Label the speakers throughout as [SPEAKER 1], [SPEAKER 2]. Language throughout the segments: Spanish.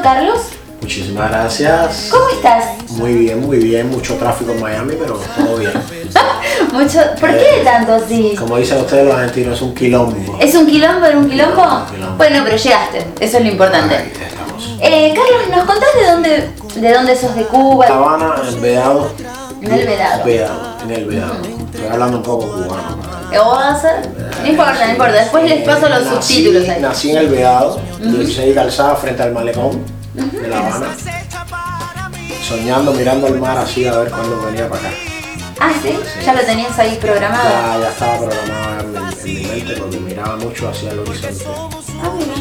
[SPEAKER 1] Carlos.
[SPEAKER 2] Muchísimas gracias.
[SPEAKER 1] ¿Cómo estás?
[SPEAKER 2] Muy bien. Mucho tráfico en Miami, pero todo bien.
[SPEAKER 1] ¿Por qué tanto así?
[SPEAKER 2] Como dicen ustedes los argentinos, es un quilombo.
[SPEAKER 1] ¿Es un quilombo? ¿Era un quilombo?
[SPEAKER 2] Un quilombo.
[SPEAKER 1] Bueno, pero llegaste, eso es lo importante.
[SPEAKER 2] Ahí estamos.
[SPEAKER 1] Carlos, ¿nos contás de dónde sos de Cuba?
[SPEAKER 2] La Habana, en el Vedado.
[SPEAKER 1] En el Vedado.
[SPEAKER 2] En el Vedado. Estoy hablando un poco cubano.
[SPEAKER 1] ¿Qué vos vas a hacer? No importa. Después les paso los subtítulos ahí.
[SPEAKER 2] Nací en el Vedado, 16 calzada frente al malecón de La Habana. Soñando, mirando el mar así a ver cuándo venía para acá.
[SPEAKER 1] Ah, ¿sí? ¿Ya lo tenías ahí programado?
[SPEAKER 2] Ya estaba programado en mi mente porque miraba mucho hacia el horizonte.
[SPEAKER 1] Ah, mira.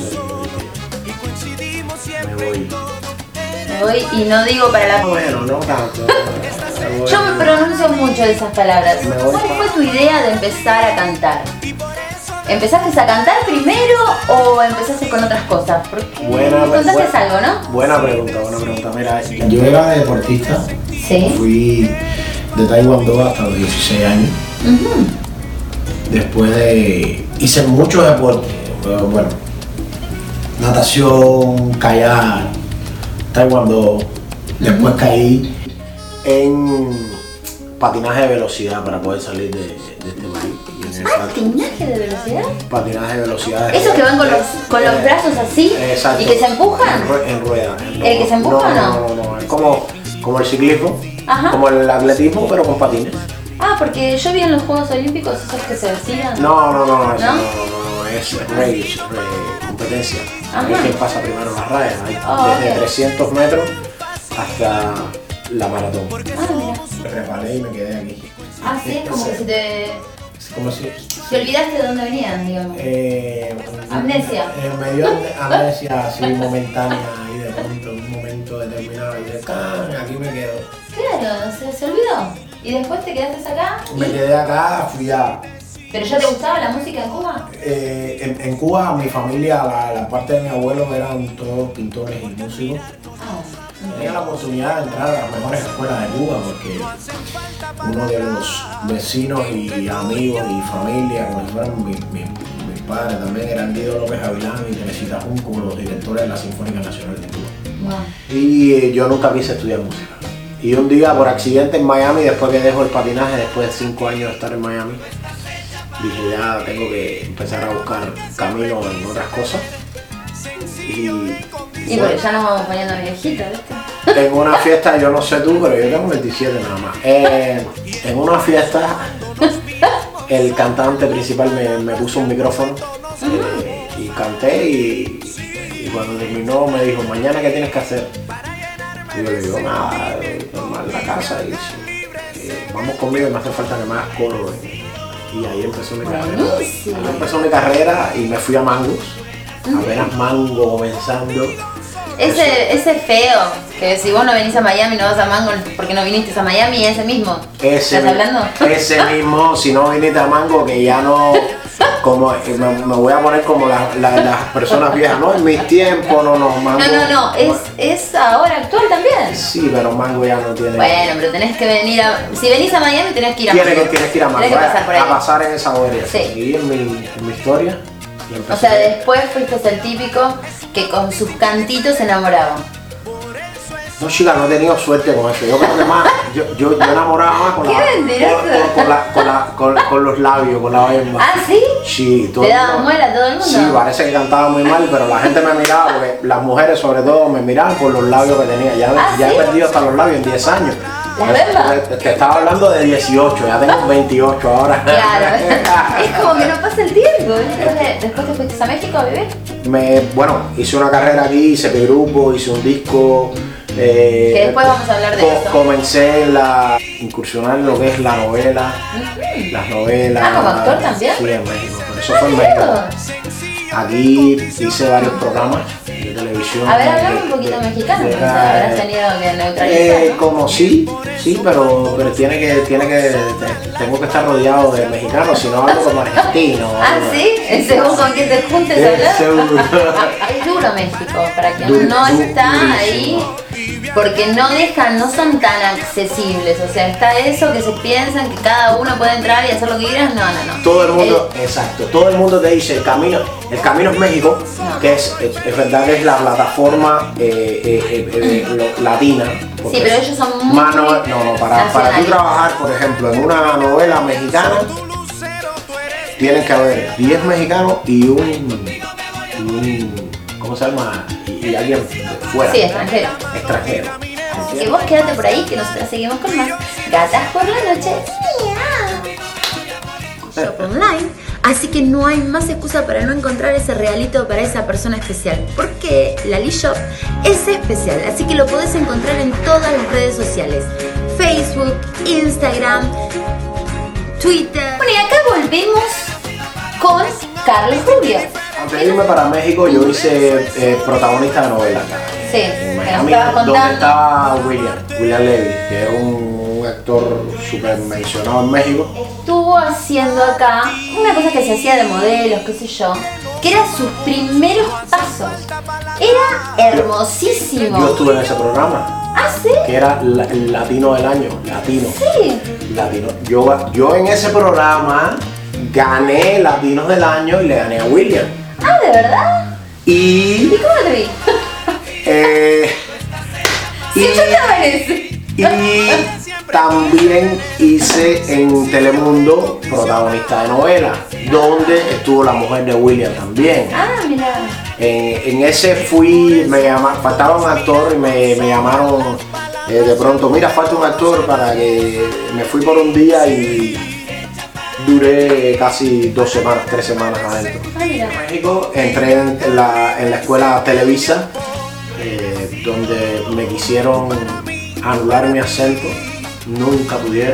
[SPEAKER 2] Me voy.
[SPEAKER 1] Y no digo para la...
[SPEAKER 2] Bueno, no tanto.
[SPEAKER 1] Yo me pronuncio mucho de esas palabras.
[SPEAKER 2] Me voy.
[SPEAKER 1] ¿Cuál fue tu idea de empezar a cantar? ¿Empezaste a cantar primero o empezaste con otras cosas? Porque me contaste algo, ¿no?
[SPEAKER 2] Buena pregunta. Mira, yo era deportista.
[SPEAKER 1] Sí.
[SPEAKER 2] Fui de taekwondo hasta los 16 años. Después hice muchos deportes. Bueno, natación, kayak, taekwondo. Después caí en patinaje de velocidad para poder salir de este país.
[SPEAKER 1] ¿Patinaje de velocidad?
[SPEAKER 2] Patinaje de velocidad.
[SPEAKER 1] ¿Esos que van con los brazos así?
[SPEAKER 2] Exacto.
[SPEAKER 1] ¿Y que se empujan?
[SPEAKER 2] En rueda.
[SPEAKER 1] ¿El que se empuja o no?
[SPEAKER 2] No. Es como el ciclismo,
[SPEAKER 1] Ajá.
[SPEAKER 2] como el atletismo, pero con patines.
[SPEAKER 1] Ah, porque yo vi en los Juegos Olímpicos esos que se decían.
[SPEAKER 2] No, es race, competencia.
[SPEAKER 1] Ajá.
[SPEAKER 2] Es quien pasa primero en las rayas. Desde 300 metros hasta la maratón.
[SPEAKER 1] Ah, mira.
[SPEAKER 2] Me preparé y me quedé aquí.
[SPEAKER 1] Ah, sí, es como que si te olvidaste de dónde venían, digamos. Amnesia.
[SPEAKER 2] Me dio amnesia así momentánea y de pronto, en un momento determinado, y aquí me quedo.
[SPEAKER 1] Claro, se olvidó. ¿Y después te quedaste acá?
[SPEAKER 2] Me quedé acá, fui a...
[SPEAKER 1] ¿Pero ya te gustaba la música en Cuba?
[SPEAKER 2] En Cuba, mi familia, la parte de mi abuelo eran todos pintores y músicos. Tenía la oportunidad de entrar a las mejores escuelas de Cuba porque uno de los vecinos y amigos y familia, como si fueran mis padres también, eran Guido López Avilán y Teresita Junco, los directores de la Sinfónica Nacional de Cuba.
[SPEAKER 1] Wow.
[SPEAKER 2] Y yo nunca quise estudiar música. Y un día, por accidente en Miami, después que dejo el patinaje, después de 5 años de estar en Miami, dije ya tengo que empezar a buscar camino en otras cosas. Y
[SPEAKER 1] porque ya nos vamos poniendo viejitos, ¿viste?
[SPEAKER 2] En una fiesta, yo no sé tú, pero yo tengo 27 nada más. En una fiesta, el cantante principal me puso un micrófono y canté y cuando terminó me dijo, ¿mañana qué tienes que hacer? Y yo le digo, nada, normal, la casa y vamos conmigo, me hace falta que me hagas coro. Y ahí empezó mi carrera. Ahí empezó mi carrera y me fui a Mangos. Apenas Mango comenzando.
[SPEAKER 1] Ese feo, que si vos no venís a Miami no vas a Mango porque no viniste a Miami, ese mismo. ¿Estás hablando?
[SPEAKER 2] Ese mismo, si no viniste a Mango, que ya no, como me voy a poner como las personas viejas, no, en mis tiempos, Mango.
[SPEAKER 1] No, es ahora actual también.
[SPEAKER 2] Sí, pero Mango ya no tiene.
[SPEAKER 1] Bueno, pero tenés que venir si venís a Miami tenés que ir a Mango.
[SPEAKER 2] Tienes que ir a Mango,
[SPEAKER 1] tenés que pasar por ahí.
[SPEAKER 2] A pasar en esa bobería.
[SPEAKER 1] Sí.
[SPEAKER 2] Y en mi historia.
[SPEAKER 1] O sea, después fuiste el típico que con sus cantitos se enamoraba.
[SPEAKER 2] No, chica, no he tenido suerte con eso. Yo creo que más, yo enamoraba más con los labios, con la bemba.
[SPEAKER 1] ¿Ah, sí?
[SPEAKER 2] Sí, todo.
[SPEAKER 1] ¿Le daban muela a todo el mundo?
[SPEAKER 2] Sí, parece que cantaba muy mal, pero la gente me miraba, porque las mujeres sobre todo me miraban por los labios que tenía. Ya
[SPEAKER 1] ¿Sí?
[SPEAKER 2] he perdido hasta los labios en 10 años.
[SPEAKER 1] ¿La bemba?
[SPEAKER 2] Te estaba hablando de 18, ya tengo 28 ahora.
[SPEAKER 1] Claro, es como que no pasa el tiempo. ¿Después te fuiste a México a vivir?
[SPEAKER 2] Bueno, hice una carrera aquí, hice mi grupo, hice un disco.
[SPEAKER 1] Que después vamos a hablar de eso.
[SPEAKER 2] Comencé incursionar en lo que es la novela, las novelas.
[SPEAKER 1] ¿Como actor también?
[SPEAKER 2] Sí, en México, pero eso fue en México. Aquí hice varios programas de televisión.
[SPEAKER 1] A ver, hablame un poquito mexicano, entonces habrás tenido que neutralizar, ¿no?
[SPEAKER 2] Como sí, pero tengo que estar rodeado de mexicanos, si no hablo como argentino.
[SPEAKER 1] ¿Ah, sí? Según con quién te juntes a hablar.
[SPEAKER 2] Seguro.
[SPEAKER 1] Es duro México, para quien no está ahí. porque no son tan accesibles, o sea, está eso que se piensan que cada uno puede entrar y hacer lo que quieran, no.
[SPEAKER 2] Todo el mundo, exacto, todo el mundo te dice el camino es México, que es verdad que es la plataforma latina.
[SPEAKER 1] Sí, pero ellos son muy
[SPEAKER 2] para tú trabajar, por ejemplo, en una novela mexicana, tienen que haber 10 mexicanos y un ¿cómo se llama? Y alguien de fuera.
[SPEAKER 1] Sí, extranjero. Así que vos quédate por ahí que nosotros seguimos con más Gatas por la Noche. Shop online. Así que no hay más excusa para no encontrar ese regalito para esa persona especial. Porque Lali Shop es especial. Así que lo podés encontrar en todas las redes sociales. Facebook, Instagram, Twitter. Bueno, y acá volvemos con Carlos Rubio.
[SPEAKER 2] Antes de irme para México, yo hice protagonista de novela acá.
[SPEAKER 1] Sí,
[SPEAKER 2] en Miami, donde estaba William Levy, que es un actor súper mencionado en México.
[SPEAKER 1] Estuvo haciendo acá una cosa que se hacía de modelos, qué sé yo, que eran sus primeros pasos. Era hermosísimo.
[SPEAKER 2] Yo estuve en ese programa.
[SPEAKER 1] ¿Ah, sí?
[SPEAKER 2] Que era el Latino del Año.
[SPEAKER 1] Sí.
[SPEAKER 2] Latino. Yo en ese programa gané Latinos del Año y le gané a William.
[SPEAKER 1] Ah, ¿de verdad? ¿Y cómo te vi? Sí, yo estaba en ese.
[SPEAKER 2] Y también hice en Telemundo protagonista de novela, donde estuvo la mujer de William también.
[SPEAKER 1] Ah, mira.
[SPEAKER 2] En ese faltaba un actor y me llamaron de pronto, mira, falta un actor para que me fui por un día y duré casi 3 semanas adentro. En México entré en la escuela Televisa, donde me quisieron anular mi acento. Nunca pudieron.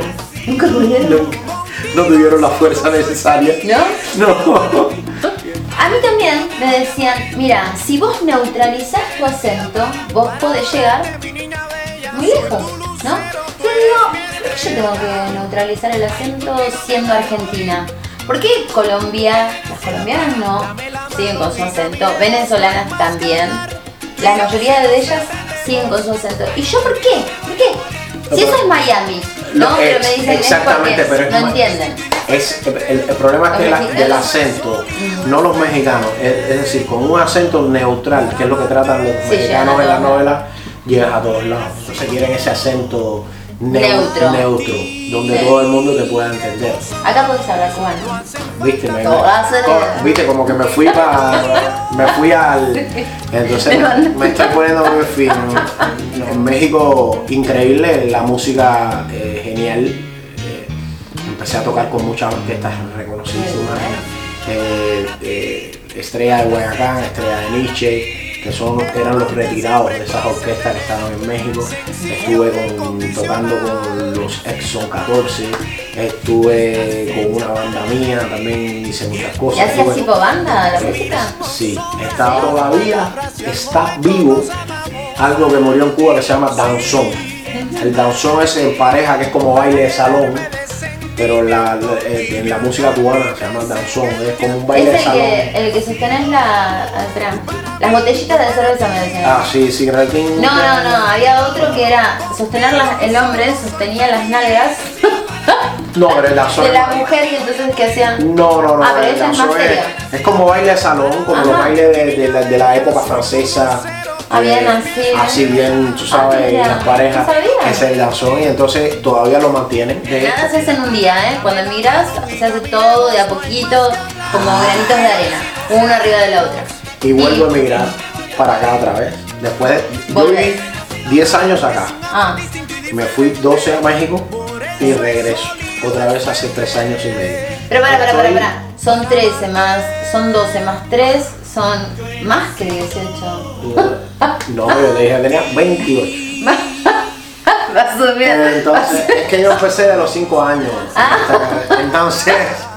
[SPEAKER 2] No tuvieron la fuerza necesaria.
[SPEAKER 1] ¿No?
[SPEAKER 2] No.
[SPEAKER 1] A mí también me decían, mira, si vos neutralizás tu acento, vos podés llegar muy lejos, ¿no? Yo digo, ¿por qué yo tengo que neutralizar el acento siendo argentina? ¿Por qué las colombianas no siguen con su acento? Venezolanas también. La mayoría de ellas siguen con su acento. ¿Y yo por qué? Si eso es Miami, ¿no? Pero me dicen
[SPEAKER 2] exactamente,
[SPEAKER 1] es porque no entienden.
[SPEAKER 2] El problema es que el acento, no los mexicanos, es decir, con un acento neutral, que es lo que tratan los mexicanos en la novela, llegas a todos lados. Entonces quieren ese acento neutro, donde todo el mundo te pueda entender.
[SPEAKER 1] Acá podés hablar cubano.
[SPEAKER 2] Viste, como que me fui al. Entonces me estoy poniendo muy fino. En México, increíble, la música genial. Empecé a tocar con muchas orquestas reconocidas. Estrella de Guayacán, Estrella de Nietzsche, que eran los retirados de esas orquestas que estaban en México. Estuve tocando con los Exxon 14, estuve con una banda mía, también hice muchas cosas.
[SPEAKER 1] ¿Y hacías tipo banda la música?
[SPEAKER 2] Sí, todavía está vivo algo que murió en Cuba que se llama danzón. El danzón es en pareja, que es como baile de salón, pero en la música cubana se llama danzón, es como un baile de salón.
[SPEAKER 1] El que sostenés las botellitas de cerveza, me decían.
[SPEAKER 2] Ah, sí, ratín.
[SPEAKER 1] No, había otro que era sostener el hombre sostenía las nalgas.
[SPEAKER 2] No, pero el danzón
[SPEAKER 1] de la mujer, y entonces ¿qué hacían?
[SPEAKER 2] No,
[SPEAKER 1] Ah, pero ella es más serio.
[SPEAKER 2] Es como baile de salón, como los bailes de la época francesa. Así bien, tú sabes, las parejas, es el danzón, y entonces todavía lo mantienen.
[SPEAKER 1] Nada se hace en un día, ¿eh? Cuando miras, se hace todo de a poquito, como granitos de arena, uno arriba de la otra.
[SPEAKER 2] Y vuelvo a emigrar para acá otra vez. Después yo viví 10 años acá. Me fui 12 a México y regreso otra vez hace 3 años y medio.
[SPEAKER 1] Pero para. Son 13 más, son 12 más 3, son más que 18.
[SPEAKER 2] No, yo te dije, tenía 28. Entonces, es que yo empecé de los 5 años. Entonces,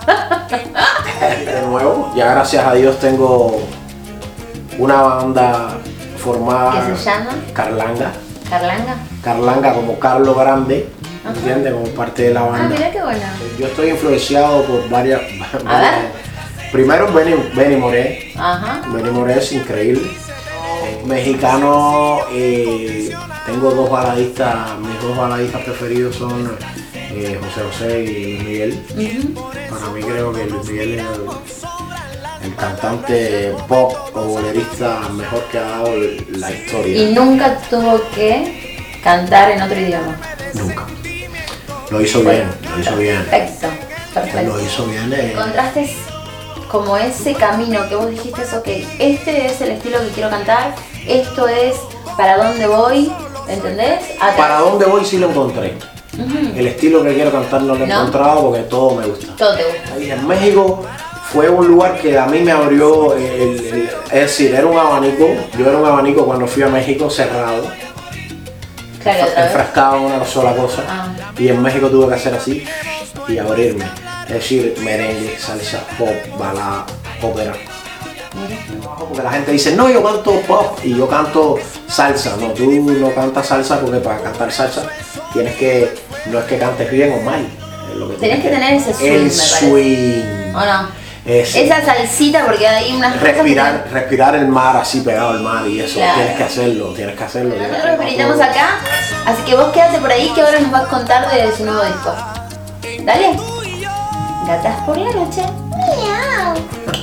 [SPEAKER 2] de nuevo, ya gracias a Dios tengo una banda formada.
[SPEAKER 1] ¿Qué se llama?
[SPEAKER 2] Carlanga.
[SPEAKER 1] ¿Carlanga?
[SPEAKER 2] Carlanga como Carlo Grande, ¿entiendes? Como parte de la banda.
[SPEAKER 1] Mira qué bueno.
[SPEAKER 2] Yo estoy influenciado por varias.
[SPEAKER 1] A ver.
[SPEAKER 2] Primero Benny Moré.
[SPEAKER 1] Ajá.
[SPEAKER 2] Benny Moré es increíble. Mexicano, tengo dos baladistas, mis dos baladistas preferidos son José José y Luis Miguel. Para mí creo que Luis Miguel es el cantante pop o bolerista mejor que ha dado la historia.
[SPEAKER 1] Y nunca tuvo que cantar en otro idioma.
[SPEAKER 2] Nunca. Lo hizo bien, lo hizo bien.
[SPEAKER 1] Perfecto, perfecto.
[SPEAKER 2] Lo hizo bien.
[SPEAKER 1] Encontraste como ese camino que vos dijiste, ok, este es el estilo que quiero cantar, esto es para dónde voy, ¿entendés?
[SPEAKER 2] Para dónde voy sí lo encontré. El estilo que quiero cantar no lo he encontrado porque todo me gusta.
[SPEAKER 1] Todo te gusta.
[SPEAKER 2] Ahí en México fue un lugar que a mí me abrió, es decir, era un abanico. Yo era un abanico cuando fui a México cerrado,
[SPEAKER 1] Claro,
[SPEAKER 2] enfrascado en una sola cosa. Y en México tuve que hacer así y abrirme. Es decir, merengue, salsa, pop, balada, ópera. Porque la gente dice, no, yo canto pop y yo canto salsa. No, tú no cantas salsa porque para cantar salsa tienes que, no es que cantes bien o mal.
[SPEAKER 1] Tienes que tener ese swing,
[SPEAKER 2] el swing.
[SPEAKER 1] ¿O no? Esa salsita, porque hay unas
[SPEAKER 2] respirar el mar así pegado al mar y eso, claro. Tienes que hacerlo.
[SPEAKER 1] Nosotros brindamos acá, así que vos quédate por ahí que ahora nos vas a contar de su nuevo disco. Dale. Gatas por la noche. Miau.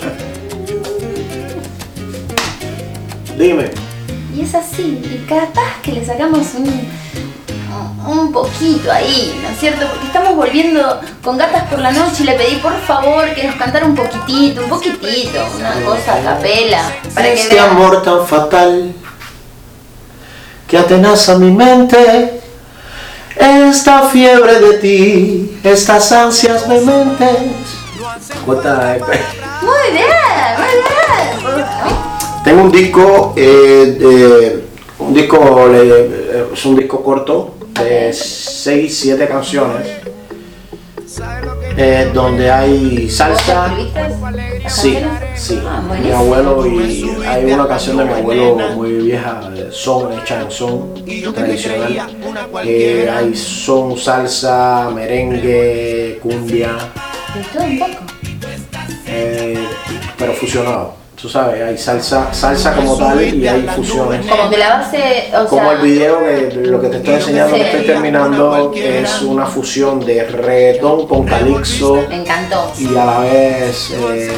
[SPEAKER 2] Dime.
[SPEAKER 1] Y es así, y capaz que le sacamos un poquito ahí, ¿no es cierto? Porque estamos volviendo con Gatas por la Noche y le pedí por favor que nos cantara un poquitito, una cosa a capela. Para
[SPEAKER 2] este
[SPEAKER 1] que vean.
[SPEAKER 2] Amor tan fatal que atenaza mi mente, esta fiebre de ti, estas ansias dementes.
[SPEAKER 1] Muy bien.
[SPEAKER 2] Tengo un disco, es un disco corto de 6-7 canciones, donde hay salsa. Sí. Mi abuelo, y hay una canción de mi abuelo muy vieja, hecha en son tradicional. Hay son, salsa, merengue, cumbia.
[SPEAKER 1] De todo un poco.
[SPEAKER 2] Pero fusionado. Tú sabes, hay salsa como tal y hay fusiones.
[SPEAKER 1] Como que la base, o
[SPEAKER 2] como
[SPEAKER 1] sea,
[SPEAKER 2] el video, lo que te estoy enseñando,
[SPEAKER 1] sí,
[SPEAKER 2] que estoy terminando, es una fusión de reggaetón con calipso.
[SPEAKER 1] Me encantó.
[SPEAKER 2] Y a la vez,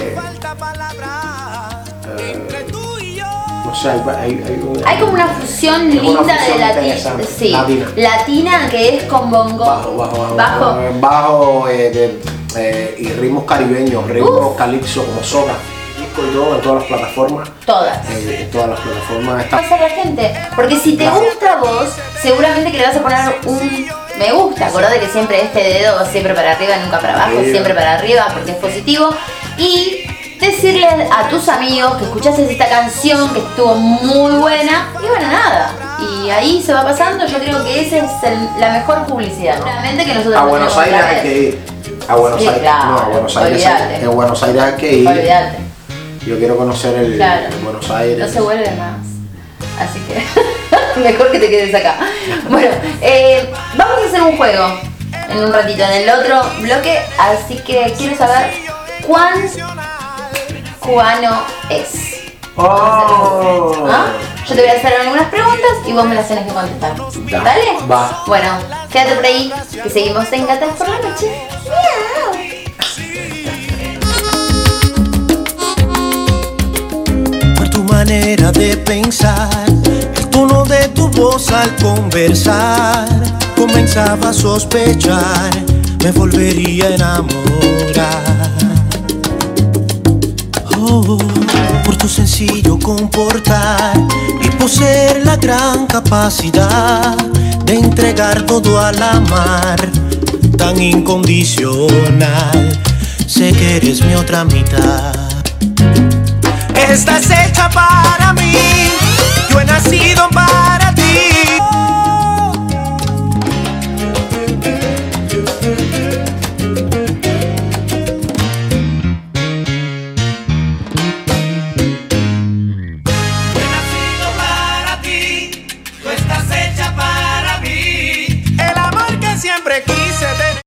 [SPEAKER 2] no sé,
[SPEAKER 1] hay como una fusión linda de latina que es con bongo,
[SPEAKER 2] bajo y ritmos caribeños, ritmos calipso como soca. Y todo en todas las plataformas. En todas las plataformas está.
[SPEAKER 1] Va a ser la gente, porque si te gusta a vos, seguramente que le vas a poner un me gusta. Acordate que siempre este dedo siempre para arriba, nunca para abajo, siempre para arriba porque es positivo. Y decirle a tus amigos que escuchaste esta canción que estuvo muy buena y bueno, nada. Y ahí se va pasando, yo creo que esa es la mejor publicidad. Realmente que nosotros
[SPEAKER 2] a Buenos Aires hay que ir. A Buenos Aires,
[SPEAKER 1] claro,
[SPEAKER 2] no, a Buenos Aires. En Buenos Aires hay que ir.
[SPEAKER 1] Olvídate.
[SPEAKER 2] Yo quiero conocer el Buenos Aires.
[SPEAKER 1] No se vuelve más. Así que mejor que te quedes acá. Bueno, vamos a hacer un juego en un ratito, en el otro bloque. Así que quiero saber cuán cubano es. Yo te voy a hacer algunas preguntas y vos me las tienes que contestar. ¿Dale?
[SPEAKER 2] Va.
[SPEAKER 1] Bueno, quédate por ahí, que seguimos en Gatas por la Noche. ¡Miau!
[SPEAKER 3] Manera de pensar, el tono de tu voz al conversar, comenzaba a sospechar, me volvería a enamorar. Oh, por tu sencillo comportar y poseer la gran capacidad de entregar todo al amar, tan incondicional, sé que eres mi otra mitad. Estás hecha para mí, yo he nacido para ti. Yo he nacido para ti, tú estás hecha para mí. El amor que siempre quise tener.